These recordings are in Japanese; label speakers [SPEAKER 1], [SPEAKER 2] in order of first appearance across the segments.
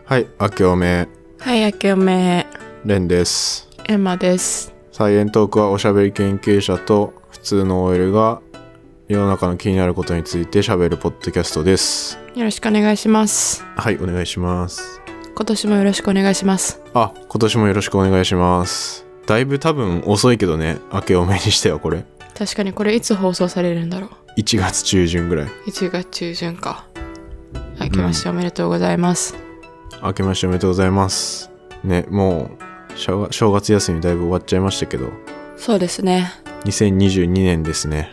[SPEAKER 1] はい、明けおめ。
[SPEAKER 2] はい、明けおめ。
[SPEAKER 1] レンです。
[SPEAKER 2] エマです。
[SPEAKER 1] サイエントークはおしゃべり研究者と普通の OL が世の中の気になることについてしゃべるポッドキャストです。
[SPEAKER 2] よろしくお願いします。
[SPEAKER 1] はい、お願いします。
[SPEAKER 2] 今年もよろしくお願いします。
[SPEAKER 1] 今年もよろしくお願いします。だいぶ多分遅いけどね、明けおめにしてはこれ。
[SPEAKER 2] 確かにこれいつ放送されるんだろう。
[SPEAKER 1] 1月中旬ぐらい。
[SPEAKER 2] 1月中旬か。明けましておめでとうございます。
[SPEAKER 1] 明けましておめでとうございます。ね、もう正月休みだいぶ終わっちゃいましたけど。
[SPEAKER 2] そうですね。
[SPEAKER 1] 2022年ですね。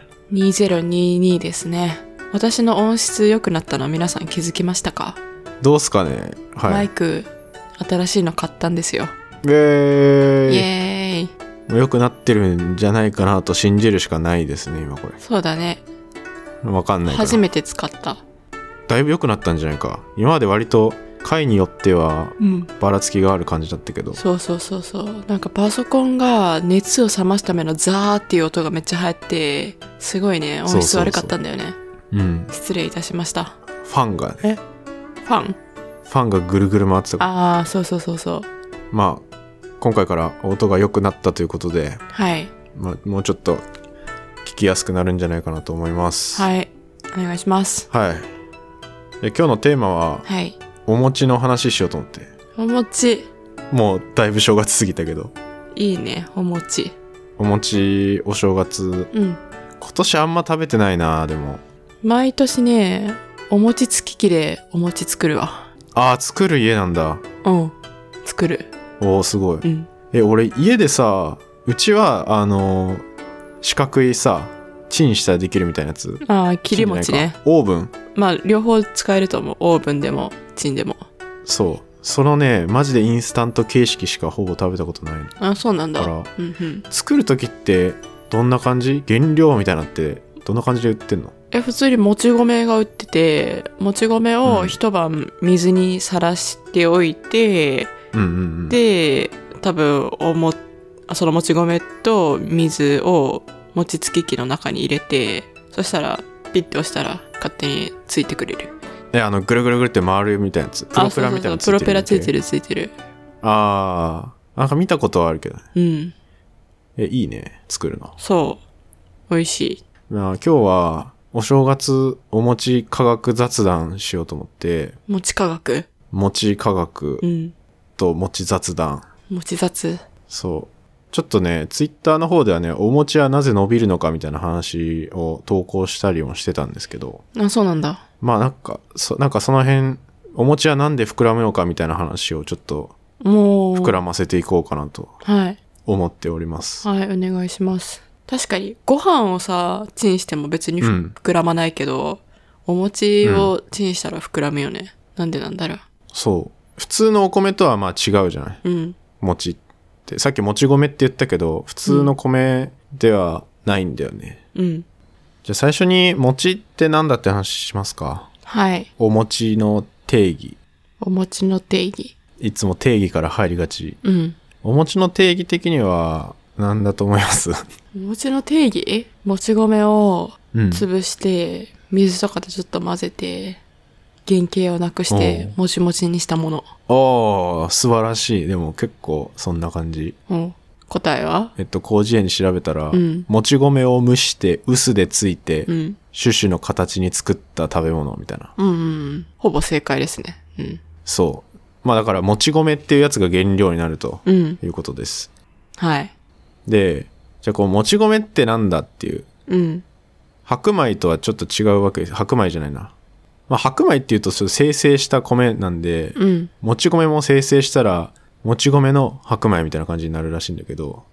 [SPEAKER 2] 2022ですね。私の音質良くなったの皆さん気づきましたか？
[SPEAKER 1] どうすかね。はい。
[SPEAKER 2] マイク新しいの買ったんですよ。
[SPEAKER 1] イエーイ。
[SPEAKER 2] イエーイ。
[SPEAKER 1] 良くなってるんじゃないかなと信じるしかないですね、今これ。
[SPEAKER 2] そうだね。
[SPEAKER 1] わかんないから。
[SPEAKER 2] 初めて使った。
[SPEAKER 1] だいぶ良くなったんじゃないか。今まで割と回によってはばらつきがある感じだったけど、
[SPEAKER 2] そうなんかパソコンが熱を冷ますためのザーっていう音がめっちゃ入ってすごいね音質悪かったんだよね。失礼いたしました。
[SPEAKER 1] ファンがね、
[SPEAKER 2] フ
[SPEAKER 1] ァンがぐるぐる回ってたから。
[SPEAKER 2] そう
[SPEAKER 1] まあ今回から音が良くなったということで、
[SPEAKER 2] はい、
[SPEAKER 1] もうちょっと聞きやすくなるんじゃないかなと思います。
[SPEAKER 2] はい、お願いします。
[SPEAKER 1] はい。で今日のテーマは、
[SPEAKER 2] はい、
[SPEAKER 1] お餅の話しようと思って。
[SPEAKER 2] お餅、
[SPEAKER 1] もうだいぶ正月過ぎたけど
[SPEAKER 2] いいね。お餅
[SPEAKER 1] お正月、今年あんま食べてないな。でも
[SPEAKER 2] 毎年ねお餅つき機でお餅作るわ。
[SPEAKER 1] 作る家なんだ。
[SPEAKER 2] 作る。
[SPEAKER 1] すごい。俺家でさ、うちは四角いさチンしたらできるみたいなやつ。
[SPEAKER 2] 切り餅ね。
[SPEAKER 1] オーブン。
[SPEAKER 2] 両方使えると思う。オーブンでもチンでも。
[SPEAKER 1] そのねマジでインスタント形式しかほぼ食べたことないの。
[SPEAKER 2] そうなんだ。
[SPEAKER 1] だから、作る時ってどんな感じ？原料みたいなってどんな感じで売ってんの？普
[SPEAKER 2] 通にもち米が売ってて、もち米を一晩水にさらしておいて、で多分そのもち米と水を餅つき機の中に入れて、そしたらピッて押したら勝手についてくれる。
[SPEAKER 1] ぐるぐるぐるって回るみたいなやつ。プロペラみたいなやつ。
[SPEAKER 2] プロペラついてる。
[SPEAKER 1] なんか見たことはあるけどね。いいね、作るの。
[SPEAKER 2] 美味しい。
[SPEAKER 1] 今日はお正月お餅科学雑談しようと思って。
[SPEAKER 2] 餅科学
[SPEAKER 1] と餅雑談。
[SPEAKER 2] 餅雑。
[SPEAKER 1] ちょっとね、ツイッターの方ではね、お餅はなぜ伸びるのかみたいな話を投稿したりもしてたんですけど。
[SPEAKER 2] そうなんだ。
[SPEAKER 1] なんかその辺、お餅はなんで膨らむのかみたいな話をちょっと膨らませていこうかなと思っております。
[SPEAKER 2] はい、お願いします。確かにご飯をさチンしても別に膨らまないけど、お餅をチンしたら膨らむよね。なんでなんだろう。
[SPEAKER 1] 普通のお米とはまあ違うじゃない。餅ってさっきもち米って言ったけど普通の米ではないんだよね。じゃあ最初に餅ってなんだって話しますか。
[SPEAKER 2] はい。
[SPEAKER 1] お餅の定義。
[SPEAKER 2] お餅の定義。
[SPEAKER 1] いつも定義から入りがち。お餅の定義的には何だと思います？
[SPEAKER 2] お餅の定義？もち米を潰して、水とかでちょっと混ぜて原型をなくしてもちもちにしたもの。
[SPEAKER 1] 素晴らしい。でも結構そんな感じ。
[SPEAKER 2] 答えは？
[SPEAKER 1] 広辞苑に調べたら、もち米を蒸して臼でついて、シュシュの形に作った食べ物みたいな。
[SPEAKER 2] ほぼ正解ですね。
[SPEAKER 1] だからもち米っていうやつが原料になるということです。
[SPEAKER 2] はい。
[SPEAKER 1] で、じゃあもち米ってなんだっていう。白米とはちょっと違うわけです。白米じゃないな。白米っていうと精製した米なんで、もち米も精製したらもち米の白米みたいな感じになるらしいんだけど、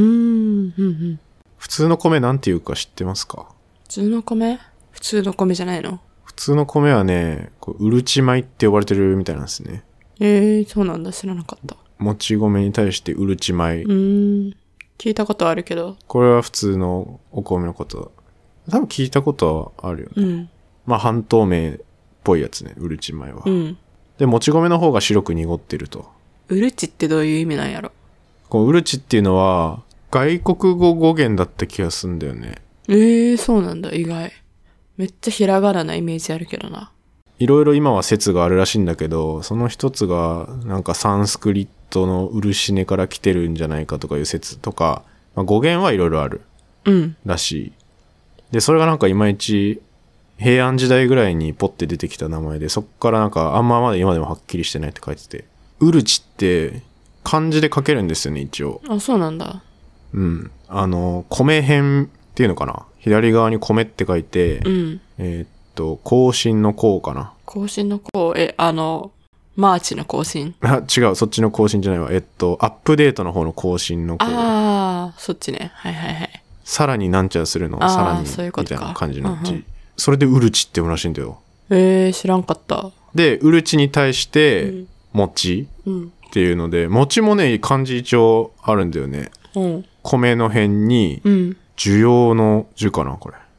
[SPEAKER 1] 普通の米なんていうか知ってますか？
[SPEAKER 2] 普通の米じゃないの？
[SPEAKER 1] 普通の米はね、うるち米って呼ばれてるみたいなんですね。
[SPEAKER 2] そうなんだ。知らなかった。
[SPEAKER 1] もち米に対してうるち米。
[SPEAKER 2] 聞いたことあるけど。
[SPEAKER 1] これは普通のお米のこと。多分聞いたことはあるよね。半透明っぽいやつね、うるち米は。で、もち米の方が白く濁ってると。
[SPEAKER 2] うるちってどういう意味なんやろ？
[SPEAKER 1] うるちっていうのは外国語語源だった気がするんだよね。
[SPEAKER 2] そうなんだ。意外。めっちゃひらがななイメージあるけどな。
[SPEAKER 1] いろいろ今は説があるらしいんだけど、その一つがなんかサンスクリットのウルシネから来てるんじゃないかとかいう説とか、まあ、語源はいろいろあるらしい。で、それがなんかいまいち平安時代ぐらいにポッて出てきた名前で、そっからなんかあんままだ今でもはっきりしてないって書いてて、ウルチって漢字で書けるんですよね、一応。
[SPEAKER 2] あ、そうなんだ。
[SPEAKER 1] うん。米編っていうのかな。左側に米って書いて、更新の更かな。
[SPEAKER 2] 更新の更、マーチの更新。
[SPEAKER 1] あ、違う、そっちの更新じゃないわ。アップデートの方の更新の更。
[SPEAKER 2] ああ、そっちね。はいはいはい。
[SPEAKER 1] さらになんちゃらするのさらにみたいな感じの字。それでウルチって読むらしいんだよ。
[SPEAKER 2] 知らんかった。
[SPEAKER 1] で、ウルチに対して、餅っていうので、餅もね、漢字一応あるんだよね。米の辺に、需要の樹かな、これ。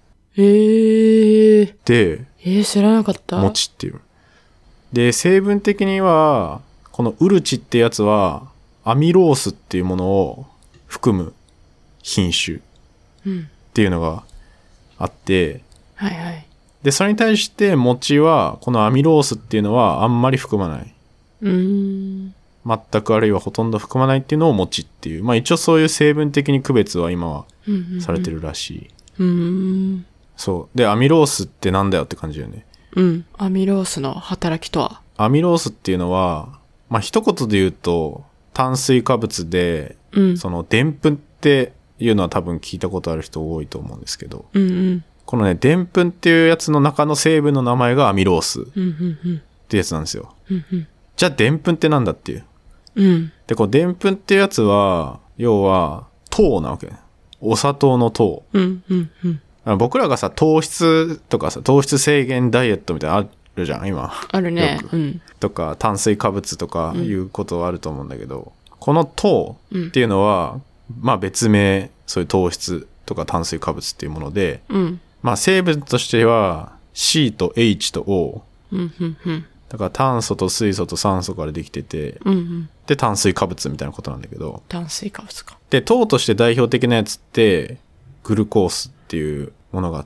[SPEAKER 1] で、
[SPEAKER 2] 知らなかった。
[SPEAKER 1] 餅っていう。で、成分的には、このウルチってやつは、アミロースっていうものを含む品種っていうのがあって、
[SPEAKER 2] はいはい。
[SPEAKER 1] で、それに対して餅は、このアミロースっていうのはあんまり含まない。全くあるいはほとんど含まないっていうのを餅っていう。まあ一応そういう成分的に区別は今はされてるらしい。そう。で、アミロースってなんだよって感じだよね。
[SPEAKER 2] アミロースの働きとは？
[SPEAKER 1] アミロースっていうのは、まあ一言で言うと、炭水化物で、その、でんぷんっていうのは多分聞いたことある人多いと思うんですけど、このね、でんぷんっていうやつの中の成分の名前がアミロースってやつなんですよ。じゃあ、でんぷんってなんだっていう。で、このでんぷんっていうやつは、要は、糖なわけ。お砂糖の糖。僕らがさ、糖質とかさ、糖質制限ダイエットみたいなのあるじゃん、今。
[SPEAKER 2] あるね。
[SPEAKER 1] とか、炭水化物とかいうことはあると思うんだけど、この糖っていうのは、まあ別名、そういう糖質とか炭水化物っていうもので、まあ成分としては C と H と O。だから炭素と水素と酸素からできてて、で炭水化物みたいなことなんだけど。
[SPEAKER 2] 炭水化物か。
[SPEAKER 1] で、糖として代表的なやつって、グルコースっていうものがあって、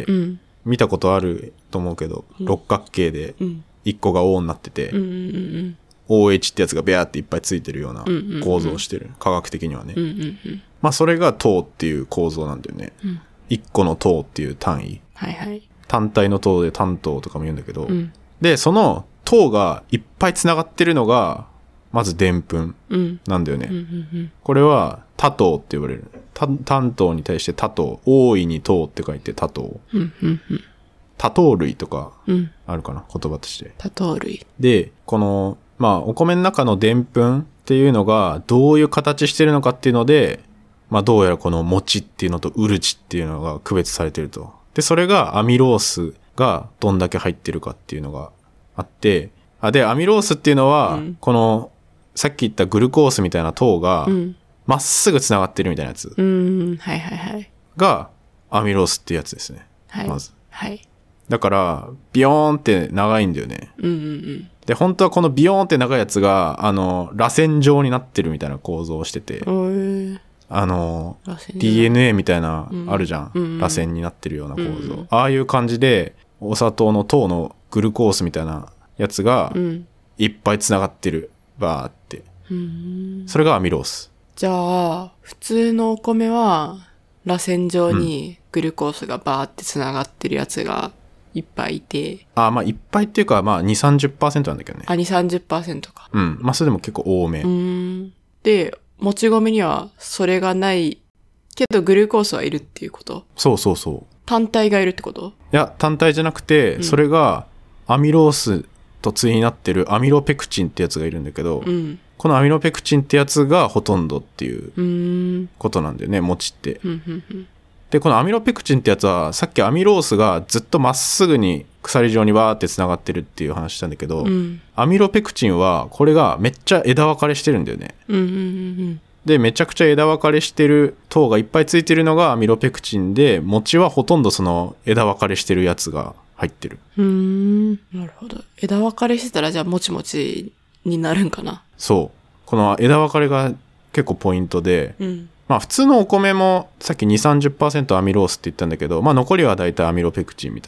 [SPEAKER 1] 見たことあると思うけど、六角形で1個が O になってて、OH ってやつがビャーっていっぱいついてるような構造をしてる。科学的にはね。まあそれが糖っていう構造なんだよね。1個の糖っていう単位。単体の糖で単糖とかも言うんだけど、で、その糖がいっぱいつながってるのが、まずでんぷんなんだよね。これは多糖って言われる。単糖に対して多糖。大いに糖って書いて多糖。多糖類とかあるかな、言葉として。
[SPEAKER 2] 多糖類。
[SPEAKER 1] で、この、まあお米の中のでんぷんっていうのがどういう形してるのかっていうので、まあどうやらこの餅っていうのとウルチっていうのが区別されてると。で、それがアミロースがどんだけ入ってるかっていうのがあって、で、アミロースっていうのは、この、さっき言ったグルコースみたいな糖が、まっすぐ繋がってるみたいなやつ。が、アミロースっていうやつですね。まず。だから、ビヨーンって長いんだよね。で、本当はこのビヨーンって長いやつが、螺旋状になってるみたいな構造をしてて、DNA みたいな、あるじゃん。螺旋になってるような構造。ああいう感じで、お砂糖の糖のグルコースみたいなやつが、いっぱい繋がってる。バーって。それがアミロース。
[SPEAKER 2] じゃあ、普通のお米は、螺旋状にグルコースがバーって繋がってるやつがいっぱいいて。
[SPEAKER 1] まあいっぱいっていうか、まあ2、30% なんだけどね。
[SPEAKER 2] 2、30%か。
[SPEAKER 1] まあそれでも結構多め。
[SPEAKER 2] で、もち米にはそれがないけどグルコースはいるっていうこと？
[SPEAKER 1] そうそうそう。
[SPEAKER 2] 単体がいるってこと？
[SPEAKER 1] いや、単体じゃなくて、それがアミロースと対になってるアミロペクチンってやつがいるんだけど、このアミロペクチンってやつがほとんどっていうことなんだよね、餅って。で、このアミロペクチンってやつは、さっきアミロースがずっとまっすぐに鎖状にわーって繋がってるっていう話したんだけど、アミロペクチンはこれがめっちゃ枝分かれしてるんだよね。で、めちゃくちゃ枝分かれしてる糖がいっぱいついてるのがアミロペクチンで、餅はほとんどその枝分かれしてるやつが入ってる。
[SPEAKER 2] なるほど。枝分かれしてたらじゃあもちもちになるんかな。
[SPEAKER 1] そう。この枝分かれが結構ポイントで、まあ普通のお米もさっき2、30% アミロースって言ったんだけど、まあ残りはだいたいアミロペクチンみたいな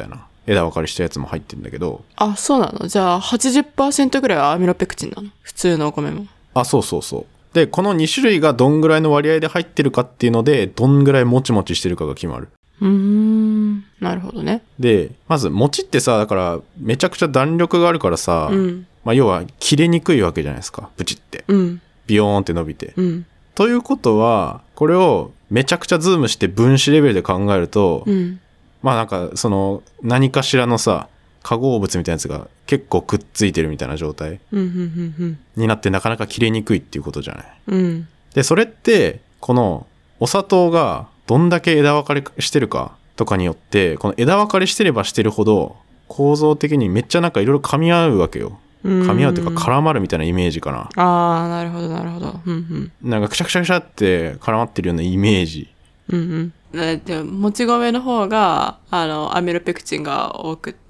[SPEAKER 1] 枝分かれしたやつも入ってるんだけど。
[SPEAKER 2] あ、そうなの？じゃあ 80% ぐらいはアミロペクチンなの？普通のお米も。
[SPEAKER 1] あ、そうそうそう。で、この2種類がどんぐらいの割合で入ってるかっていうので、どんぐらいもちもちしてるかが決まる。
[SPEAKER 2] なるほどね。
[SPEAKER 1] で、まず餅ってさ、だからめちゃくちゃ弾力があるからさ、まあ要は切れにくいわけじゃないですか、プチって。ビヨーンって伸びて。ということは、これをめちゃくちゃズームして分子レベルで考えると、まあなんかその何かしらのさ、化合物みたいなやつが結構くっついてるみたいな状態になってなかなか切れにくいっていうことじゃない。で、それってこのお砂糖がどんだけ枝分かれしてるかとかによって、この枝分かれしてればしてるほど構造的にめっちゃなんかいろいろ噛み合うわけよ。噛み合うというか絡まるみたいなイメージかな。
[SPEAKER 2] ああ、なるほどなるほど。
[SPEAKER 1] なんかくしゃくしゃくしゃって絡まってるようなイメージ。
[SPEAKER 2] でもち米の方がアミロペクチンが多くって、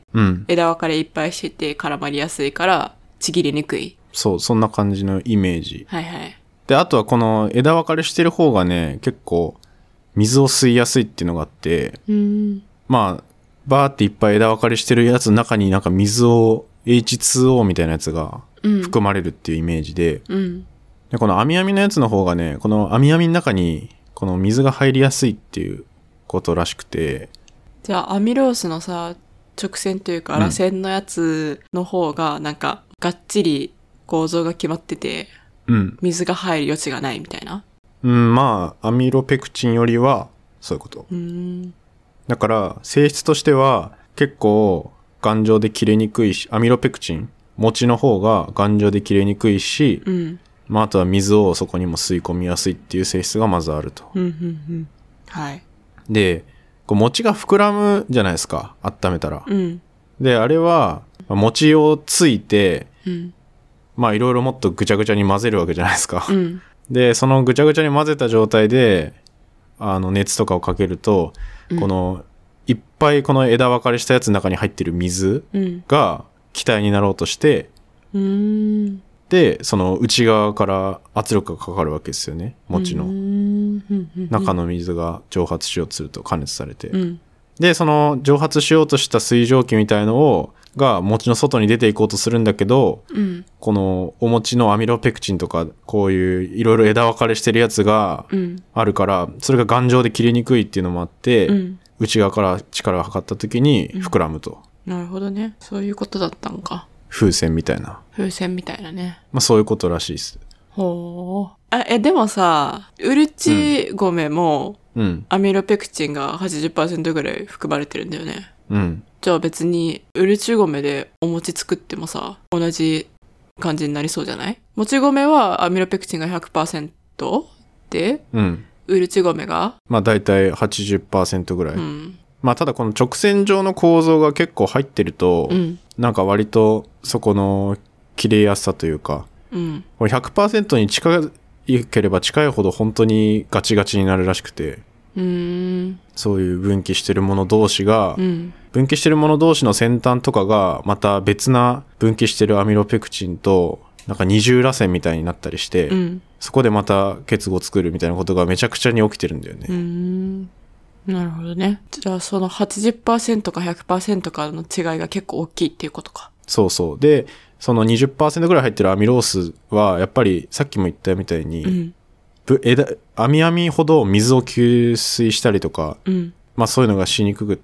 [SPEAKER 2] 枝分かれいっぱいしてて絡まりやすいからちぎりにくい。
[SPEAKER 1] そう、そんな感じのイメージ。
[SPEAKER 2] はいはい。
[SPEAKER 1] で、あとはこの枝分かれしてる方がね、結構水を吸いやすいっていうのがあって、まあバーっていっぱい枝分かれしてるやつの中になんか水を H2O みたいなやつが含まれるっていうイメージで、でこのアミアミのやつの方がね、このアミアミの中にこの水が入りやすいっていうことらしくて。
[SPEAKER 2] じゃあアミロースのさ、直線というか螺旋のやつの方がなんかがっちり構造が決まってて、水が入る余地がないみたいな。
[SPEAKER 1] まあアミロペクチンよりはそういうこと。だから性質としては結構頑丈で切れにくいし、アミロペクチン餅の方が頑丈で切れにくいし、まあ、あとは水をそこにも吸い込みやすいっていう性質がまずあると。
[SPEAKER 2] はい。
[SPEAKER 1] で、こう餅が膨らむじゃないですか、温めたら。で、あれは餅をついて、まあいろいろもっとぐちゃぐちゃに混ぜるわけじゃないですか。で、そのぐちゃぐちゃに混ぜた状態で熱とかをかけると、このいっぱいこの枝分かれしたやつの中に入ってる水が気体になろうとして、でその内側から圧力がかかるわけですよね。餅の中の水が蒸発しようとすると加熱されて、でその蒸発しようとした水蒸気みたいのが餅の外に出ていこうとするんだけど、このお餅のアミロペクチンとかこういういろいろ枝分かれしてるやつがあるから、それが頑丈で切れにくいっていうのもあって、内側から力がかかった時に膨らむと。
[SPEAKER 2] なるほどね。そういうことだったんか。
[SPEAKER 1] 風船みたいな。
[SPEAKER 2] 風船みたいなね。
[SPEAKER 1] まあそういうことらしいです。
[SPEAKER 2] ほう。でもさ、うるち米もアミロペクチンが 80% ぐらい含まれてるんだよね。じゃあ別にうるち米でお餅作ってもさ、同じ感じになりそうじゃない？もち米はアミロペクチンが 100% で、うるち米が
[SPEAKER 1] まあ大体 80% ぐらい。まあただこの直線状の構造が結構入ってると、なんか割とそこの切れやすさというか、これ 100% に近いければ近いほど本当にガチガチになるらしくて、そういう分岐してるもの同士が、分岐してるもの同士の先端とかがまた別な分岐してるアミロペクチンとなんか二重らせんみたいになったりして、そこでまた結合作るみたいなことがめちゃくちゃに起きてるんだよね。
[SPEAKER 2] なるほどね。じゃあその 80% か 100% かの違いが結構大きいっていうことか。
[SPEAKER 1] そうそう。で、その 20% ぐらい入ってるアミロースはやっぱりさっきも言ったみたいに、アミアミほど水を吸水したりとか、まあそういうのがしにくくって、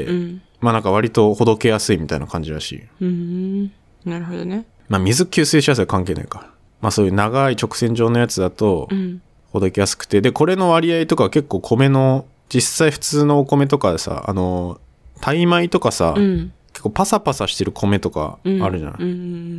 [SPEAKER 1] まあなんか割とほどけやすいみたいな感じらしい。
[SPEAKER 2] なるほどね。
[SPEAKER 1] まあ水吸水しやすいは関係ないから。まあそういう長い直線状のやつだとほどけやすくて、でこれの割合とか結構米の実際普通のお米とかでさ、タイ米とかさ、結構パサパサしてる米とかあるじゃない、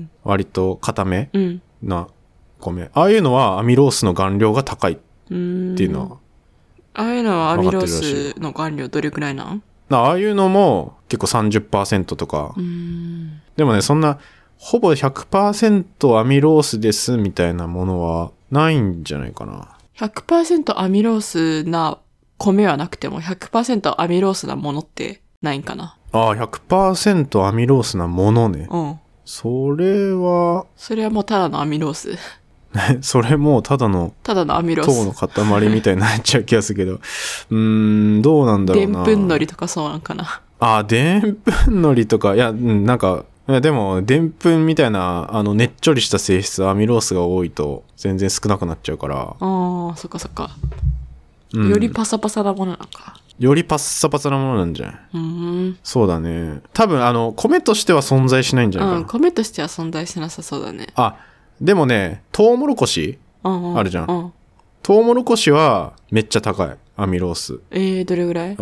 [SPEAKER 1] 割と固めな米、ああいうのはアミロースの含量が高いっていうのは、
[SPEAKER 2] ああいうのはアミロースの含量どれくらいなん？
[SPEAKER 1] ああいうのも結構 30% とか。でもね、そんなほぼ 100% アミロースですみたいなものはないんじゃないかな。
[SPEAKER 2] 100% アミロースな米はなくても 100% アミロースなものってないんかな。
[SPEAKER 1] ああ、100% アミロースなものね。それは
[SPEAKER 2] もうただのアミロース。
[SPEAKER 1] それもうただの
[SPEAKER 2] アミロース。
[SPEAKER 1] 糖の塊みたいになっちゃう気がするけど、どうなんだろうな。
[SPEAKER 2] でんぷんのりとかそうなんかな。
[SPEAKER 1] でんぷんのりとか、いや、なんか、でも、でんぷんみたいな、ねっちょりした性質、アミロースが多いと、全然少なくなっちゃうから。
[SPEAKER 2] ああ、そっかそっか。よりパサパサなものなのか。
[SPEAKER 1] よりパッサパサなものなんじゃない？そうだね。多分、米としては存在しないんじゃないかな。
[SPEAKER 2] 米としては存在しなさそうだね。
[SPEAKER 1] でもね、トウモロコシあるじゃん。トウモロコシはめっちゃ高い。アミロース。
[SPEAKER 2] どれぐらい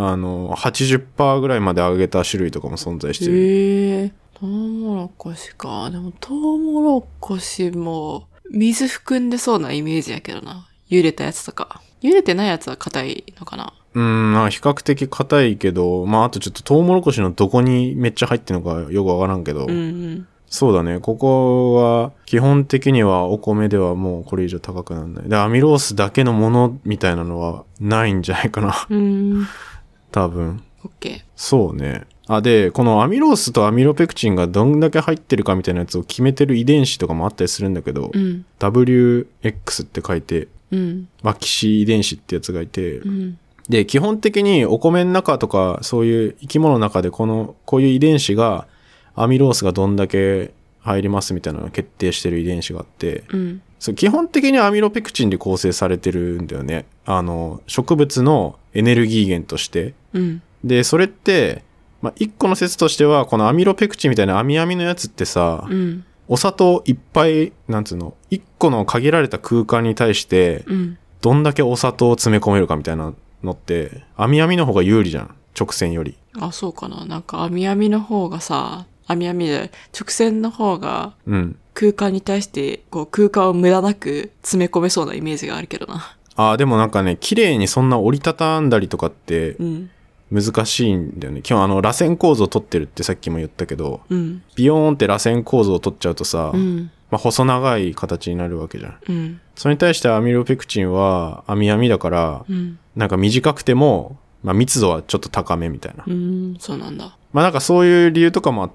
[SPEAKER 1] ？80% ぐらいまで上げた種類とかも存在してる。
[SPEAKER 2] トウモロコシか。でもトウモロコシも水含んでそうなイメージやけどな。茹でたやつとか。茹でてないやつは硬いのかな。
[SPEAKER 1] 比較的硬いけど、あとちょっとトウモロコシのどこにめっちゃ入ってるのかよくわからんけど、そうだね。ここは基本的にはお米ではもうこれ以上高くならない。で、アミロースだけのものみたいなのはないんじゃないかな。多分。
[SPEAKER 2] OK。
[SPEAKER 1] そうね。で、このアミロースとアミロペクチンがどんだけ入ってるかみたいなやつを決めてる遺伝子とかもあったりするんだけど、WX って書いて、ワキシ遺伝子ってやつがいて、で、基本的にお米の中とかそういう生き物の中でこういう遺伝子がアミロースがどんだけ入りますみたいなのを決定してる遺伝子があって、基本的にアミロペクチンで構成されてるんだよね。植物のエネルギー源として。で、それって、一個の説としては、このアミロペクチンみたいなアミのやつってさ、お砂糖いっぱい、一個の限られた空間に対して、どんだけお砂糖を詰め込めるかみたいなのって、アミの方が有利じゃん。直線より。
[SPEAKER 2] そうかな。なんかアミの方がさ、で直線の方が空間に対してこう空間を無駄なく詰め込めそうなイメージがあるけどな。
[SPEAKER 1] でもなんかね、綺麗にそんな折りたたんだりとかって難しいんだよね。基本螺旋構造を取ってるってさっきも言ったけど、ビヨーンって螺旋構造を取っちゃうとさ、細長い形になるわけじゃん。それに対してアミロペクチンはアミだから、なんか短くても、密度はちょっと高めみたいな。
[SPEAKER 2] そうなんだ。
[SPEAKER 1] なんかそういう理由とかもあって、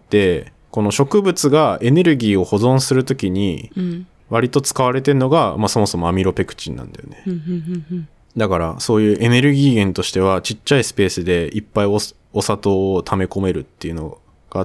[SPEAKER 1] この植物がエネルギーを保存するときに、割と使われてるのが、そもそもアミロペクチンなんだよね。だからそういうエネルギー源としてはちっちゃいスペースでいっぱいお砂糖を溜め込めるっていうのがあって、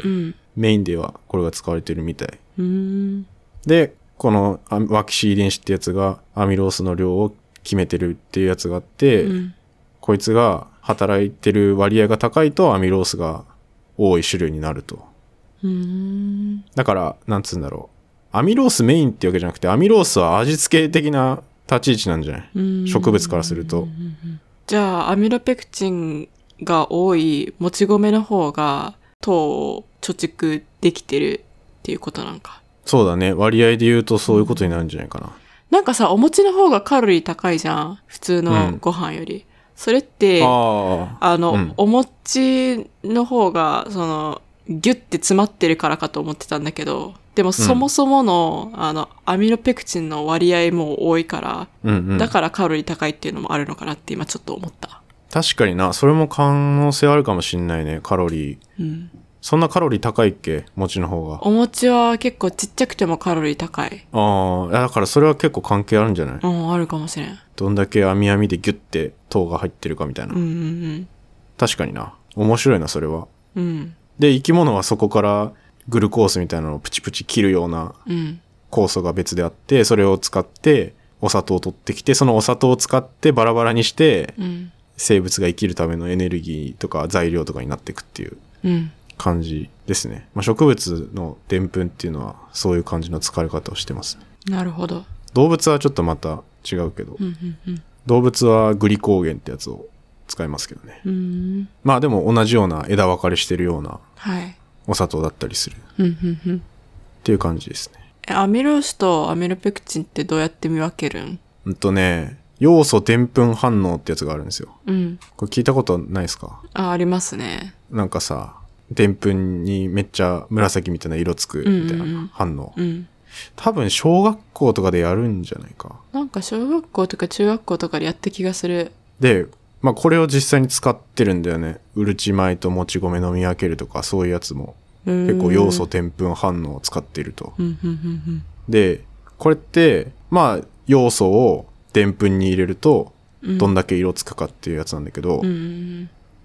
[SPEAKER 1] メインではこれが使われてるみたい。で、このワキシ遺伝子ってやつがアミロースの量を決めてるっていうやつがあって、こいつが働いてる割合が高いとアミロースが多い種類になると。だから、なんつうんだろう。アミロースメインってわけじゃなくて、アミロースは味付け的な立ち位置なんじゃない？植物からすると。
[SPEAKER 2] じゃあ、アミロペクチンが多いもち米の方が糖を貯蓄できてるっていうことなんか。
[SPEAKER 1] そうだね。割合で言うとそういうことになるんじゃないかな。
[SPEAKER 2] なんかさ、お餅の方がカロリー高いじゃん。普通のご飯より。それって、お餅の方が、ギュッて詰まってるからかと思ってたんだけど、でもそもそもの、アミロペクチンの割合も多いから、だからカロリー高いっていうのもあるのかなって今ちょっと思った。
[SPEAKER 1] 確かにな。それも可能性あるかもしんないね、カロリー。そんなカロリー高いっけ？餅の方が。
[SPEAKER 2] お餅は結構ちっちゃくてもカロリー高い。
[SPEAKER 1] だからそれは結構関係あるんじゃない？
[SPEAKER 2] あるかもしれん。
[SPEAKER 1] どんだけ網でギュッて糖が入ってるかみたいな。確かにな。面白いな、それは。で、生き物はそこからグルコースみたいなのをプチプチ切るような酵素が別であって、それを使ってお砂糖を取ってきて、そのお砂糖を使ってバラバラにして、生物が生きるためのエネルギーとか材料とかになっていくっていう感じですね。植物のでんぷんっていうのはそういう感じの使われ方をしてます。
[SPEAKER 2] なるほど。
[SPEAKER 1] 動物はちょっとまた違うけど、動物はグリコーゲンってやつを使いますけどね。でも同じような枝分かれしてるようなお砂糖だったりする、っていう感じですね。
[SPEAKER 2] アミロースとアミロペクチンってどうやって見分けるん？
[SPEAKER 1] 要素でんぷん反応ってやつがあるんですよ。これ聞いたことないですか？
[SPEAKER 2] ありますね。
[SPEAKER 1] なんかさ、でんぷんにめっちゃ紫みたいな色つくみたいな反応。多分小学校とかでやるんじゃないか。
[SPEAKER 2] なんか小学校とか中学校とかでやった気がする。
[SPEAKER 1] で、これを実際に使ってるんだよね。うるち米ともち米の見分けるとか、そういうやつも結構要素でんぷん反応を使っていると。で、これって要素をでんぷんに入れるとどんだけ色つくかっていうやつなんだけど、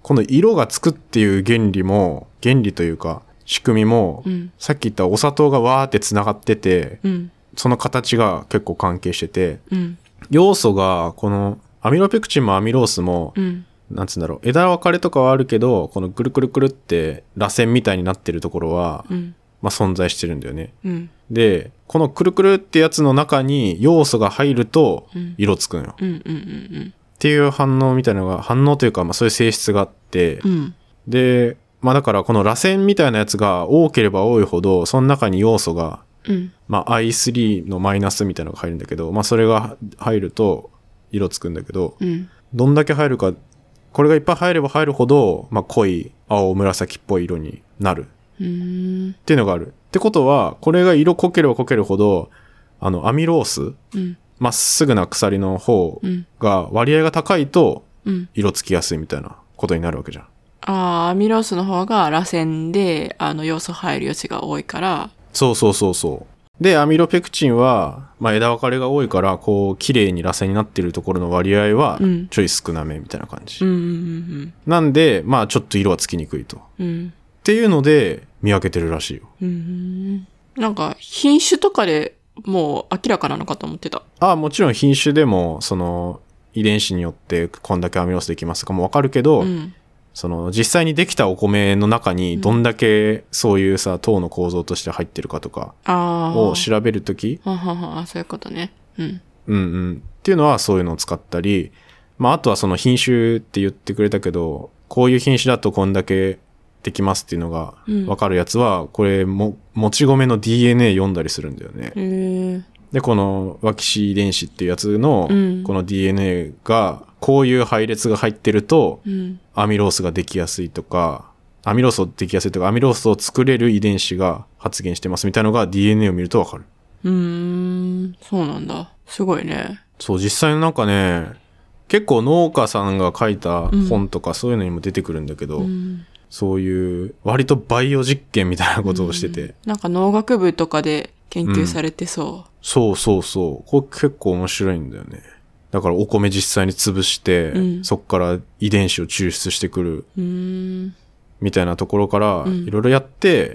[SPEAKER 1] この色がつくっていう原理というか仕組みも、さっき言ったお砂糖がわーってつながってて、その形が結構関係してて、要素がこのアミロペクチンもアミロースも、なんつうんだろう、枝分かれとかはあるけど、このくるくるくるって螺旋みたいになってるところは、まあ存在してるんだよね。で、このくるくるってやつの中に要素が入ると色つくのよ。っていう反応みたいなのが、反応というか、まあそういう性質があって、で、まあだからこの螺旋みたいなやつが多ければ多いほど、その中に要素が、まあ I3 のマイナスみたいなのが入るんだけど、まあそれが入ると色つくんだけど、どんだけ入るか、これがいっぱい入れば入るほど、まあ濃い青紫っぽい色になる。っていうのがある。ってことは、これが色濃ければ濃けるほど、アミロース、まっすぐな鎖の方が割合が高いと、色つきやすいみたいなことになるわけじゃん。
[SPEAKER 2] アミロースの方が螺旋で、要素入る余地が多いから。
[SPEAKER 1] そう。で、アミロペクチンは、まあ枝分かれが多いから、こう、綺麗に螺旋になってるところの割合は、ちょい少なめみたいな感じ。なんで、まあちょっと色はつきにくいと。っていうので、見分けてるらしいよ。
[SPEAKER 2] なんか、品種とかでもう明らかなのかと思ってた。
[SPEAKER 1] もちろん品種でも、その、遺伝子によってこんだけアミロースできますとかもわかるけど、その実際にできたお米の中にどんだけそういうさ、糖の構造として入ってるかとかを調べるとき、
[SPEAKER 2] そういうことね。
[SPEAKER 1] っていうのはそういうのを使ったり、まああとはその品種って言ってくれたけど、こういう品種だとこんだけできますっていうのがわかるやつは、これもち米の DNA 読んだりするんだよね。で、このワキシ遺伝子っていうやつのこの DNA がこういう配列が入ってると、アミロースができやすいとか、アミロースをできやすいとか、アミロースを作れる遺伝子が発現してますみたいなのが DNA を見るとわかる。
[SPEAKER 2] そうなんだ。すごいね。
[SPEAKER 1] そう、実際なんかね、結構農家さんが書いた本とかそういうのにも出てくるんだけど、そういう割とバイオ実験みたいなことをしてて。
[SPEAKER 2] なんか農学部とかで研究されてそう。
[SPEAKER 1] そう。これ結構面白いんだよね。だからお米実際に潰して、そっから遺伝子を抽出してくる。みたいなところからいろいろやって、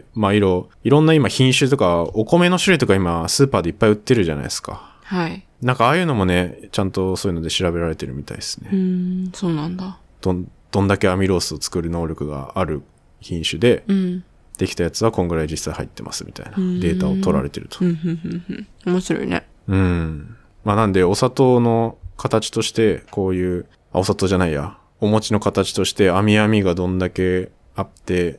[SPEAKER 1] まあいろんな今品種とかお米の種類とか今スーパーでいっぱい売ってるじゃないですか。
[SPEAKER 2] はい。
[SPEAKER 1] なんかああいうのもね、ちゃんとそういうので調べられてるみたいですね。
[SPEAKER 2] そうなんだ。
[SPEAKER 1] どんだけアミロースを作る能力がある品種で、できたやつはこんぐらい実際入ってますみたいなデータを取られてると。
[SPEAKER 2] 面白いね。
[SPEAKER 1] まあなんでお砂糖の形としてこういう、お砂糖じゃないや、お餅の形として網がどんだけあって、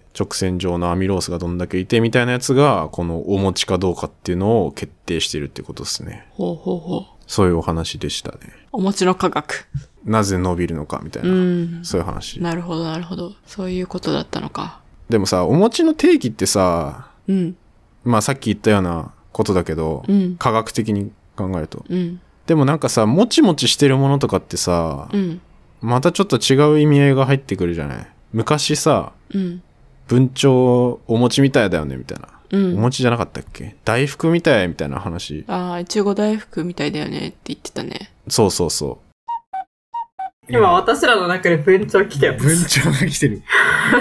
[SPEAKER 1] 直線上のアミロースがどんだけいてみたいなやつが、このお餅かどうかっていうのを決定してるってことですね。そういうお話でしたね。
[SPEAKER 2] お餅の科学。
[SPEAKER 1] なぜ伸びるのかみたいな、そういう話。
[SPEAKER 2] なるほど。そういうことだったのか。
[SPEAKER 1] でもさ、お餅の定義ってさ、まあさっき言ったようなことだけど、科学的に考えると。でもなんかさ、もちもちしてるものとかってさ、またちょっと違う意味合いが入ってくるじゃない。昔さ、文鳥お餅みたいだよねみたいな、お餅じゃなかったっけ、大福みたいみたいな話。
[SPEAKER 2] いちご大福みたいだよねって言ってたね。
[SPEAKER 1] そう。
[SPEAKER 2] 今私らの中で文鳥来たよ。
[SPEAKER 1] 文鳥が来てる。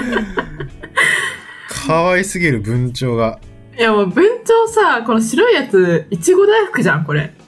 [SPEAKER 1] 可愛すぎる文鳥が。
[SPEAKER 2] いやもう文鳥さ、この白いやついちご大福じゃんこれ。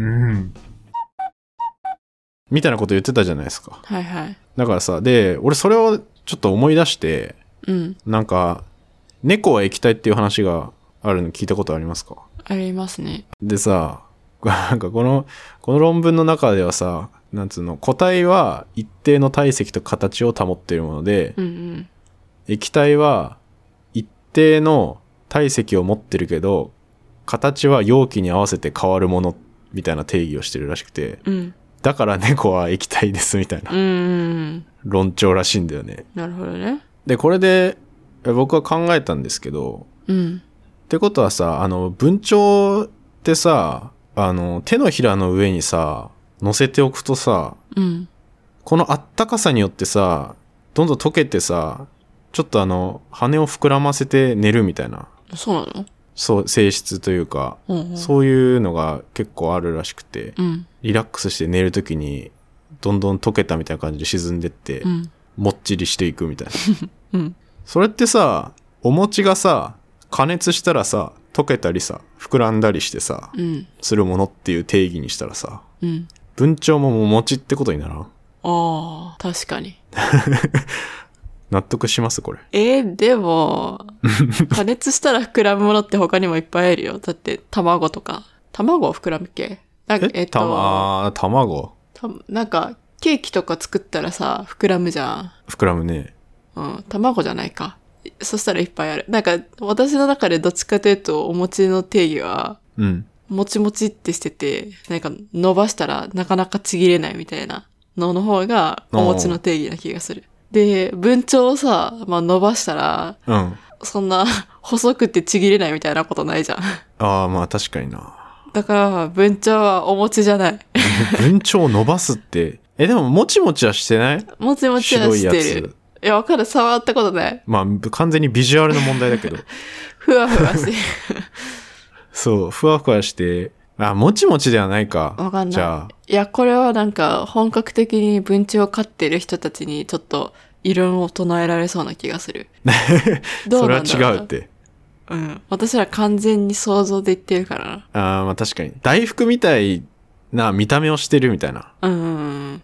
[SPEAKER 1] みたいなこと言ってたじゃないですか。
[SPEAKER 2] はいはい。
[SPEAKER 1] だからさ、で俺それをちょっと思い出して、なんか猫は液体っていう話があるの聞いたことありますか？
[SPEAKER 2] ありますね。
[SPEAKER 1] でさ、なんかこの論文の中ではさ、なんつうの、固体は一定の体積と形を保っているもので、液体は一定の体積を持ってるけど形は容器に合わせて変わるものみたいな定義をしてるらしくて、だから猫は液体ですみたいな論調らしいんだよね。
[SPEAKER 2] なるほどね。
[SPEAKER 1] でこれで僕は考えたんですけど、ってことはさ、文鳥ってさ、手のひらの上にさ乗せておくとさ、このあったかさによってさ、どんどん溶けてさ、ちょっと羽を膨らませて寝るみたいな。
[SPEAKER 2] そうなの？
[SPEAKER 1] そう、性質というか、そういうのが結構あるらしくて、リラックスして寝るときにどんどん溶けたみたいな感じで沈んでって、 もっちりしていくみたいな。
[SPEAKER 2] うん。
[SPEAKER 1] それってさ、お餅がさ、加熱したらさ、溶けたりさ、膨らんだりしてさ、
[SPEAKER 2] うん。
[SPEAKER 1] するものっていう定義にしたらさ、
[SPEAKER 2] うん。
[SPEAKER 1] 文鳥もお餅ってことにならん？
[SPEAKER 2] ああ、確かに。
[SPEAKER 1] 納得しますこれ。
[SPEAKER 2] でも、加熱したら膨らむものって他にもいっぱいあるよ。だって、卵とか。卵膨らむっけ？
[SPEAKER 1] 卵？
[SPEAKER 2] なんか、ケーキとか作ったらさ、膨らむじゃん。
[SPEAKER 1] 膨らむね。
[SPEAKER 2] うん、卵じゃないか。そしたらいっぱいある。なんか、私の中でどっちかというと、お餅の定義は、
[SPEAKER 1] うん。
[SPEAKER 2] もちもちってしてて、なんか伸ばしたらなかなかちぎれないみたいなのの方が、お餅の定義な気がする。で、文鳥をさ、伸ばしたら、
[SPEAKER 1] うん。
[SPEAKER 2] そんな細くてちぎれないみたいなことないじゃん。
[SPEAKER 1] ああ、まあ確かにな。
[SPEAKER 2] だから、文鳥はお餅じゃない。
[SPEAKER 1] 文鳥を伸ばすって、でももちもちはしてない？
[SPEAKER 2] もちもちはしてる。いや、わかる。触ったことない。
[SPEAKER 1] まあ、完全にビジュアルの問題だけど。
[SPEAKER 2] ふわふわしてる。
[SPEAKER 1] そう、ふわふわして、もちもちではないか。
[SPEAKER 2] わかんない。
[SPEAKER 1] じゃあ。
[SPEAKER 2] いや、これはなんか、本格的に文鳥を飼ってる人たちにちょっと、異論を唱えられそうな気がする。
[SPEAKER 1] どうなんだろう。それは違うって。
[SPEAKER 2] うん。私ら完全に想像で言ってるからな。
[SPEAKER 1] まあ確かに。大福みたいな見た目をしてるみたいな。
[SPEAKER 2] うん。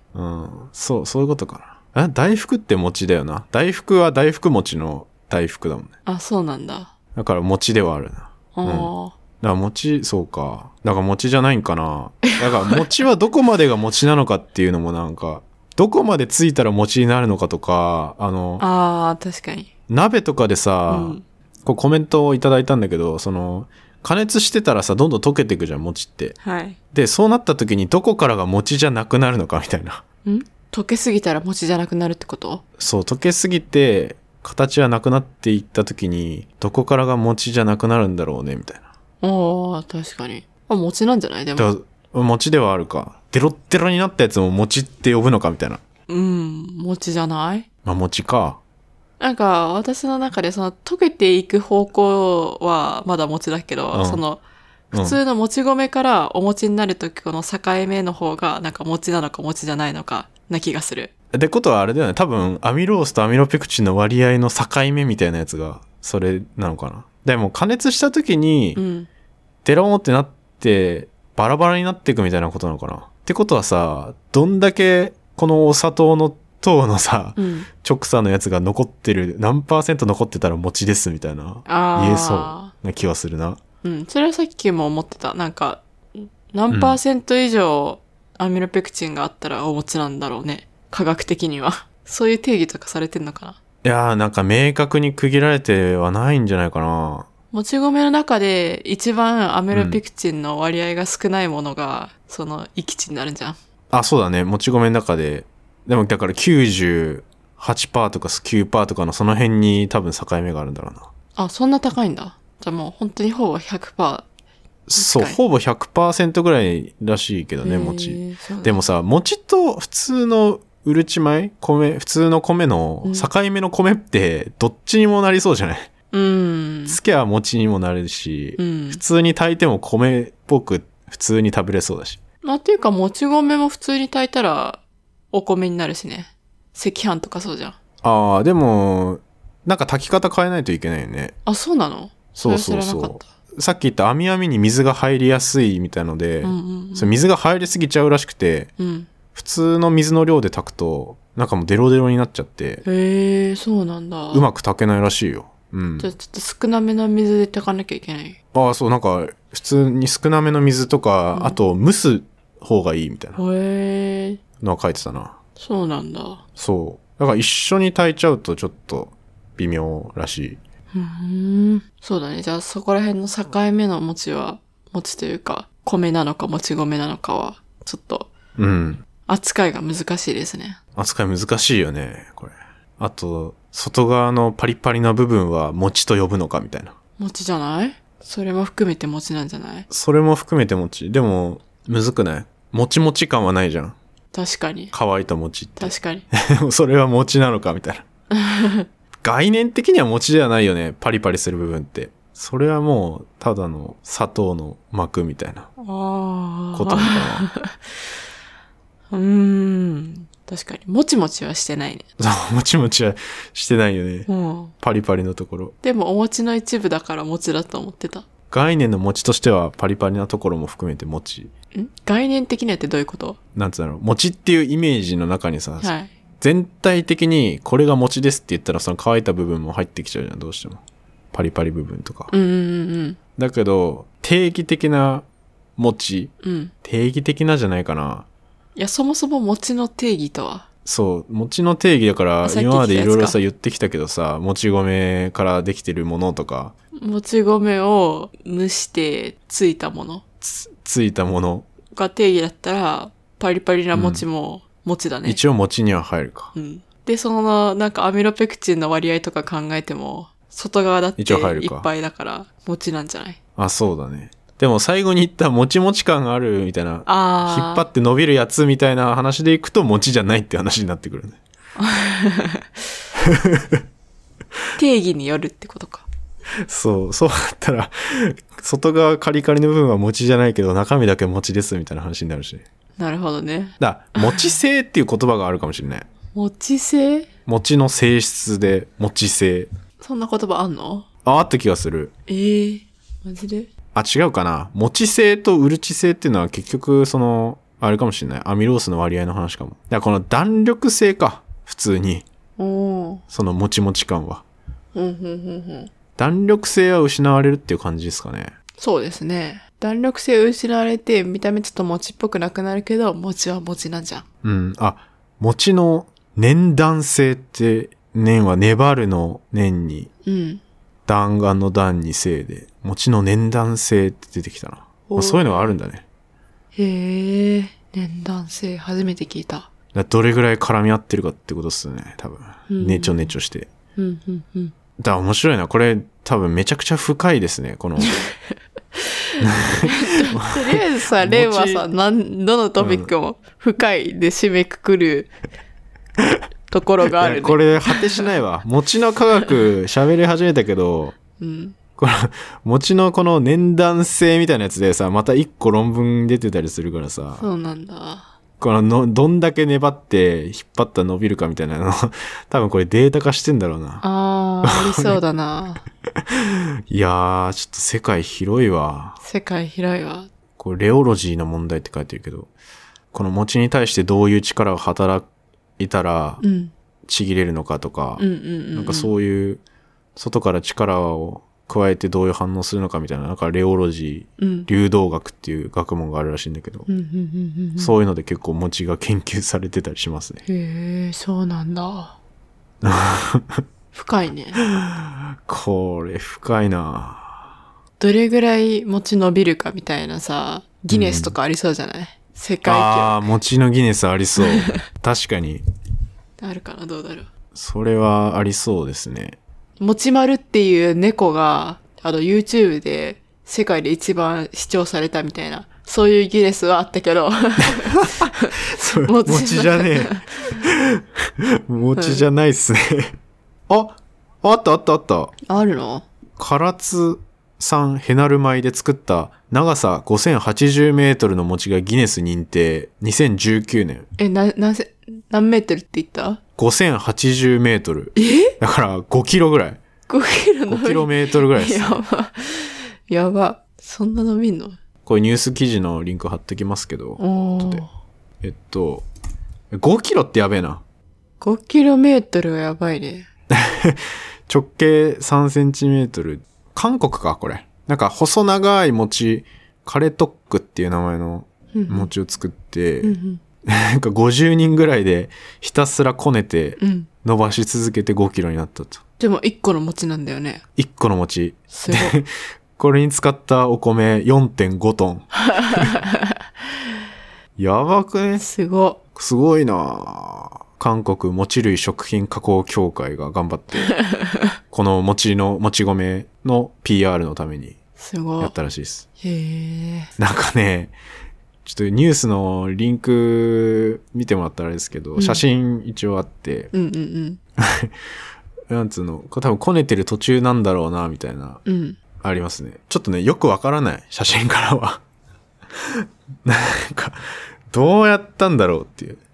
[SPEAKER 1] そういうことかな。大福って餅だよな。大福は大福餅の大福だもんね。
[SPEAKER 2] あ、そうなんだ。
[SPEAKER 1] だから餅ではあるな。だから餅、そうか。だから餅じゃないんかな。だから餅はどこまでが餅なのかっていうのもなんか、どこまでついたら餅になるのかとか、
[SPEAKER 2] 確かに。
[SPEAKER 1] 鍋とかでさ、こうコメントをいただいたんだけど、加熱してたらさ、どんどん溶けていくじゃん、餅って。
[SPEAKER 2] はい。
[SPEAKER 1] で、そうなった時にどこからが餅じゃなくなるのかみたいな。
[SPEAKER 2] 溶けすぎたら餅じゃなくなるってこと？
[SPEAKER 1] そう、溶けすぎて、形はなくなっていった時に、どこからが餅じゃなくなるんだろうね、みたいな。
[SPEAKER 2] 確かに。餅なんじゃない？でも。
[SPEAKER 1] 餅ではあるか。デロッデロになったやつも餅って呼ぶのかみたいな。
[SPEAKER 2] 餅じゃない？
[SPEAKER 1] 餅か。
[SPEAKER 2] なんか、私の中で溶けていく方向はまだ餅だけど、普通のもち米からお餅になるときこの境目の方がなんか餅なのか餅じゃないのかな気がする。
[SPEAKER 1] ってことはあれだよね。多分アミロースとアミロペクチンの割合の境目みたいなやつがそれなのかな。でも加熱したときに、デローンってなってバラバラになっていくみたいなことなのかな。ってことはさ、どんだけこのお砂糖の糖のさ、直差のやつが残ってる、何%残ってたら餅ですみたいな言えそうな気はするな。
[SPEAKER 2] それはさっきも思ってた。なんか、何%以上アミロペクチンがあったらお餅なんだろうね。科学的には。そういう定義とかされてんのかな？
[SPEAKER 1] いやー、なんか明確に区切られてはないんじゃないかな。
[SPEAKER 2] もち米の中で一番アミロペクチンの割合が少ないものが、域値になるんじゃん。
[SPEAKER 1] そうだね。もち米の中で。でもだから98%とか9%とかのその辺に多分境目があるんだろうな。
[SPEAKER 2] そんな高いんだ。じゃあもう本当にほぼ 100%。
[SPEAKER 1] そう、ほぼ 100% ぐらいらしいけどね、餅。でもさ、餅と普通のうるち米普通の米の境目の米ってどっちにもなりそうじゃない？つけは餅にもなるし、普通に炊いても米っぽく普通に食べれそうだし。
[SPEAKER 2] っていうか、もち米も普通に炊いたらお米になるしね。赤飯とかそうじゃん。
[SPEAKER 1] でも、なんか炊き方変えないといけないよね。
[SPEAKER 2] そうなの？
[SPEAKER 1] そう。さっき言った網々に水が入りやすいみたいので、それ水が入りすぎちゃうらしくて、普通の水の量で炊くと、なんかもうデロデロになっちゃって。
[SPEAKER 2] へえ、そうなんだ。
[SPEAKER 1] うまく炊けないらしいよ。
[SPEAKER 2] じゃあちょっと少なめの水で炊かなきゃいけない。
[SPEAKER 1] そう、なんか普通に少なめの水とか、あと蒸す方がいいみたいなのは書いてたな。
[SPEAKER 2] そうなんだ。
[SPEAKER 1] そう。だから一緒に炊いちゃうとちょっと微妙らしい。
[SPEAKER 2] そうだね。じゃあそこら辺の境目の餅というか、米なのかもち米なのかは、ちょっと、扱いが難しいですね。
[SPEAKER 1] 扱い難しいよね、これ。あと、外側のパリパリな部分は餅と呼ぶのかみたいな。
[SPEAKER 2] 餅じゃない？それも含めて餅なんじゃない？
[SPEAKER 1] それも含めて餅。でも、むずくない？もちもち感はないじゃん。
[SPEAKER 2] 確かに。
[SPEAKER 1] 乾いた餅って。
[SPEAKER 2] 確かに。
[SPEAKER 1] それは餅なのかみたいな。概念的には餅ではないよね。パリパリする部分って。それはもう、ただの砂糖の膜みたいなことなのかな。
[SPEAKER 2] 確かに。もちもちはしてないね。
[SPEAKER 1] そう、もちもちはしてないよね。パリパリのところ。
[SPEAKER 2] でもお餅の一部だから餅だと思ってた。
[SPEAKER 1] 概念の餅としてはパリパリなところも含めて餅。
[SPEAKER 2] 概念的にはってどういうこと？
[SPEAKER 1] なんつうの、餅っていうイメージの中にさ、
[SPEAKER 2] はい、
[SPEAKER 1] 全体的にこれが餅ですって言ったらその乾いた部分も入ってきちゃうじゃん、どうしても。パリパリ部分とか。だけど、定義的な餅、定義的なじゃないかな。
[SPEAKER 2] いや、そもそも餅の定義とは？
[SPEAKER 1] そう、餅の定義だから、今までいろいろさ言ってきたけどさ、もち米からできてるものとか。
[SPEAKER 2] もち米を蒸してついたもの。
[SPEAKER 1] ついたもの。
[SPEAKER 2] が定義だったら、パリパリな餅も餅だね。
[SPEAKER 1] 一応餅には入るか。
[SPEAKER 2] で、その、なんかアミロペクチンの割合とか考えても、外側だっていっぱいだから、餅なんじゃない？
[SPEAKER 1] あ、そうだね。でも最後に言ったもちもち感があるみたいな、引っ張って伸びるやつみたいな話でいくと餅じゃないって話になってくるね。
[SPEAKER 2] 定義によるってことか。
[SPEAKER 1] そうだったら、外側カリカリの部分は餅じゃないけど中身だけ餅ですみたいな話になるし。
[SPEAKER 2] なるほどね。
[SPEAKER 1] 餅性っていう言葉があるかもしれない。
[SPEAKER 2] 餅性？
[SPEAKER 1] 餅の性質で餅性。
[SPEAKER 2] そんな言葉あんの？
[SPEAKER 1] あった気がする。
[SPEAKER 2] マジで？
[SPEAKER 1] 違うかな。餅性とうるち性っていうのは結局あれかもしれない。アミロースの割合の話かも。だからこの弾力性か。普通に。そのもちもち感は。弾力性は失われるっていう感じですかね。
[SPEAKER 2] そうですね。弾力性を失われて見た目ちょっと餅っぽくなくなるけど、餅は餅なんじゃん。
[SPEAKER 1] 餅の粘弾性って、粘は粘るの粘に、弾丸の弾に性で、餅の粘弾性って出てきたな。そういうのがあるんだね。
[SPEAKER 2] へえ、粘弾性初めて聞いた。
[SPEAKER 1] どれぐらい絡み合ってるかってことっすね、多分。ねちょねちょして。だから面白いな。これ多分めちゃくちゃ深いですね、この。と
[SPEAKER 2] りあえずさ、レンはさ、どのトピックも深いで締めくくるところがあるね。
[SPEAKER 1] これ果てしないわ。餅の科学喋り始めたけど、この餅のこの粘弾性みたいなやつでさ、また一個論文出てたりするからさ。
[SPEAKER 2] そうなんだ。
[SPEAKER 1] どんだけ粘って引っ張ったら伸びるかみたいなの多分これデータ化してんだろうな。
[SPEAKER 2] ありそうだな。
[SPEAKER 1] いやー、ちょっと世界広いわ。
[SPEAKER 2] 世界広いわ。
[SPEAKER 1] これレオロジーの問題って書いてるけど、この餅に対してどういう力が働いたらちぎれるのかとか、なんかそういう外から力を加えてどういう反応するのかみたいな、なんかレオロジー、流動学っていう学問があるらしいんだけど、そういうので結構餅が研究されてたりしますね。
[SPEAKER 2] へえ、そうなんだ。深いね。
[SPEAKER 1] これ深いな。
[SPEAKER 2] どれぐらい餅伸びるかみたいなさ、ギネスとかありそうじゃない？世界記録。
[SPEAKER 1] 餅のギネスありそう。確かに。
[SPEAKER 2] あるかな、どうだろう。
[SPEAKER 1] それはありそうですね。
[SPEAKER 2] もちまるっていう猫が、YouTube で世界で一番視聴されたみたいな、そういうギネスはあったけど。
[SPEAKER 1] 餅じゃねえ。餅じゃないっすね。あった。
[SPEAKER 2] あるの？
[SPEAKER 1] 唐津産ヘナル米で作った長さ5080メートルの餅がギネス認定。2019年。
[SPEAKER 2] 何メートルって言った？
[SPEAKER 1] 5080メートル。だから5キロぐらい。
[SPEAKER 2] 5キロ
[SPEAKER 1] 5キロメートルぐらいです、ね。
[SPEAKER 2] やば。そんな伸びんの？
[SPEAKER 1] これニュース記事のリンク貼っときますけど。5キロってやべえな。
[SPEAKER 2] 5キロメートルはやばいね。
[SPEAKER 1] 直径3センチメートル。韓国か、これ。なんか細長い餅、カレトックっていう名前の餅を作って、なんか50人ぐらいでひたすらこねて伸ばし続けて5キロになったと。
[SPEAKER 2] でも1個の餅なんだよね。
[SPEAKER 1] 1個の餅。
[SPEAKER 2] すごい。
[SPEAKER 1] これに使ったお米 4.5 トン。やばくね？
[SPEAKER 2] すご
[SPEAKER 1] いな。韓国餅類食品加工協会が頑張って、このもち米の PR のためにやったらしいです。
[SPEAKER 2] へー。
[SPEAKER 1] なんかね、ちょっとニュースのリンク見てもらったらあれですけど、写真一応あって、なんつうの、多分こねてる途中なんだろうなみたいな、ありますね。ちょっとね、よくわからない、写真からは。なんかどうやったんだろうっていう。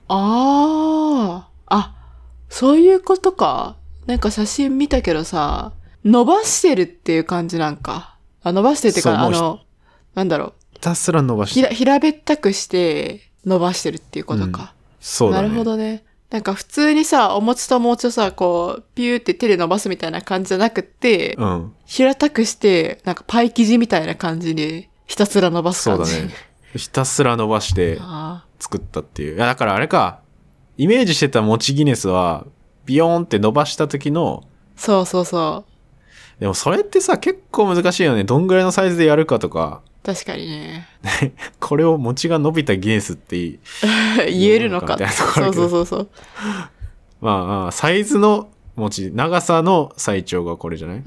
[SPEAKER 2] そういうことか。なんか写真見たけどさ、伸ばしてるっていう感じなんか。伸ばしてるっていうか、なんだろう。
[SPEAKER 1] ひたすら伸ばしてる。
[SPEAKER 2] 平べったくして伸ばしてるっていうことか。
[SPEAKER 1] そうだね。
[SPEAKER 2] なるほどね。なんか普通にさ、お餅とお餅をさ、こう、ピューって手で伸ばすみたいな感じじゃなくて、平たくして、なんかパイ生地みたいな感じで、ひたすら伸ばす感じ。
[SPEAKER 1] そうだね。ひたすら伸ばして作ったっていう。いや、だからあれか、イメージしてた餅ギネスは、ビヨーンって伸ばした時の、
[SPEAKER 2] そうそうそう。
[SPEAKER 1] でもそれってさ、結構難しいよね。どんぐらいのサイズでやるかとか。
[SPEAKER 2] 確かにね。
[SPEAKER 1] これを餅が伸びたギネスって言
[SPEAKER 2] えるのかってそうそうそう。
[SPEAKER 1] まあ、サイズの餅、長さの最長がこれじゃない？
[SPEAKER 2] うん。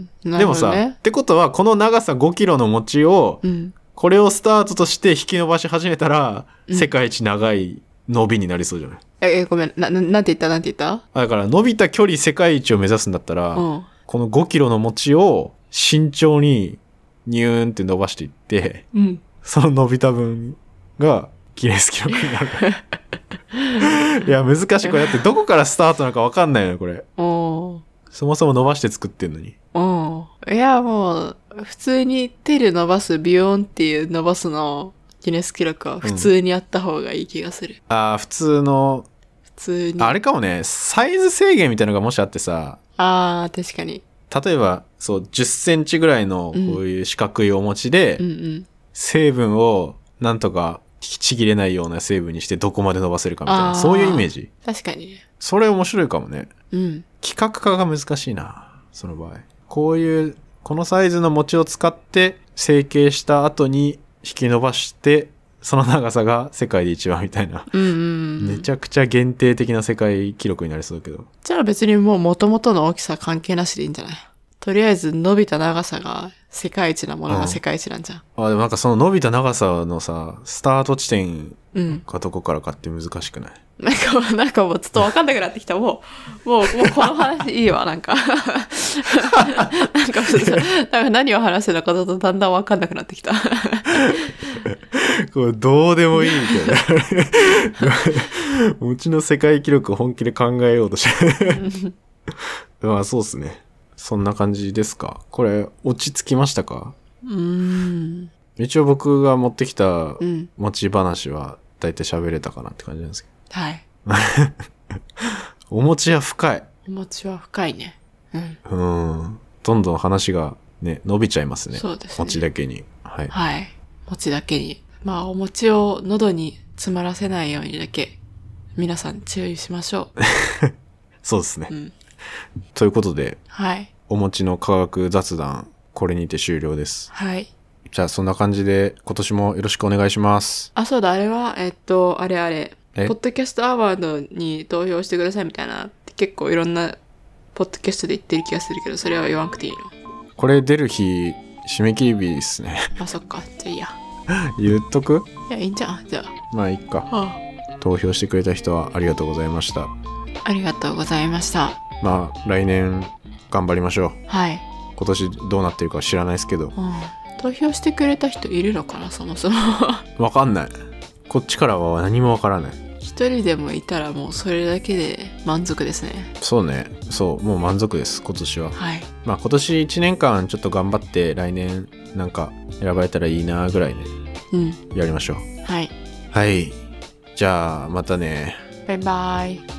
[SPEAKER 2] ね、
[SPEAKER 1] でもさ、ってことは、この長さ5キロの餅を、これをスタートとして引き伸ばし始めたら、世界一長い伸びになりそうじゃない？
[SPEAKER 2] ごめん、なんて言った
[SPEAKER 1] だから、伸びた距離世界一を目指すんだったら、この5キロの餅を慎重にニューンって伸ばしていって、その伸びた分がギネス記録になる。いや、難しい。これだってどこからスタートなのか分かんないのよ、これ。そもそも伸ばして作ってんのに。
[SPEAKER 2] いや、もう、普通に手で伸ばすビヨーンっていう伸ばすのギネス記録は普通にやった方がいい気がする。
[SPEAKER 1] 普通に。あれかもね、サイズ制限みたいなのがもしあってさ。
[SPEAKER 2] 確かに。
[SPEAKER 1] 例えば、そう、10センチぐらいのこういう四角いお餅で、成分をなんとか引きちぎれないような成分にしてどこまで伸ばせるかみたいな、そういうイメージ。
[SPEAKER 2] 確かに。
[SPEAKER 1] それ面白いかもね。企画化が難しいな、その場合。このサイズの餅を使って成形した後に引き伸ばして、その長さが世界で一番みたいな。めちゃくちゃ限定的な世界記録になりそうだけど。
[SPEAKER 2] じゃあ別にもう元々の大きさ関係なしでいいんじゃない？とりあえず伸びた長さが世界一なものが世界一なんじゃん。
[SPEAKER 1] でもなんかその伸びた長さのさ、スタート地点がどこからかって難しくない？
[SPEAKER 2] なんかもうちょっと分かんなくなってきた。もうこの話いいわ、なんか。なんか何を話してるのかとだんだん分かんなくなってきた。
[SPEAKER 1] これどうでもいいみたいな。うちの世界記録を本気で考えようとして。まあそうですね。そんな感じですか。これ落ち着きましたか？一応僕が持ってきた餅話はだいたい喋れたかなって感じなんですけど。
[SPEAKER 2] はい。
[SPEAKER 1] お餅は深い。
[SPEAKER 2] お餅は深いね。
[SPEAKER 1] どんどん話がね、伸びちゃいますね。
[SPEAKER 2] そうですね。
[SPEAKER 1] 餅だけに。はい。
[SPEAKER 2] はい。餅だけに。まあ、お餅を喉に詰まらせないようにだけ、皆さん注意しましょう。
[SPEAKER 1] そうですね。ということで、
[SPEAKER 2] はい。
[SPEAKER 1] お餅の科学雑談、これにて終了です。
[SPEAKER 2] はい。
[SPEAKER 1] じゃあ、そんな感じで、今年もよろしくお願いします。
[SPEAKER 2] そうだ、あれは、ポッドキャストアワードに投票してくださいみたいな、結構いろんな、ポッドキャストで言ってる気がするけど、それは言わなくていいの？
[SPEAKER 1] これ出る日、締め切り日ですね。
[SPEAKER 2] そっか。じゃあいいや。
[SPEAKER 1] 言っとく？
[SPEAKER 2] いや、いいんじゃん。じゃあ。
[SPEAKER 1] まあ、いいか。投票してくれた人はありがとうございました。
[SPEAKER 2] ありがとうございました。
[SPEAKER 1] まあ、来年、頑張りましょう。
[SPEAKER 2] はい。
[SPEAKER 1] 今年どうなってるか知らないですけど。
[SPEAKER 2] 投票してくれた人いるのかな、そもそも。
[SPEAKER 1] わかんない。こっちからは何もわからない。
[SPEAKER 2] 一人でもいたらもうそれだけで満足ですね。
[SPEAKER 1] そうね。そう、もう満足です、今年は。
[SPEAKER 2] はい。
[SPEAKER 1] まあ今年1年間ちょっと頑張って来年なんか選ばれたらいいなぐらいね。やりましょう。
[SPEAKER 2] はい。
[SPEAKER 1] はい。じゃあまたね。
[SPEAKER 2] バイバイ。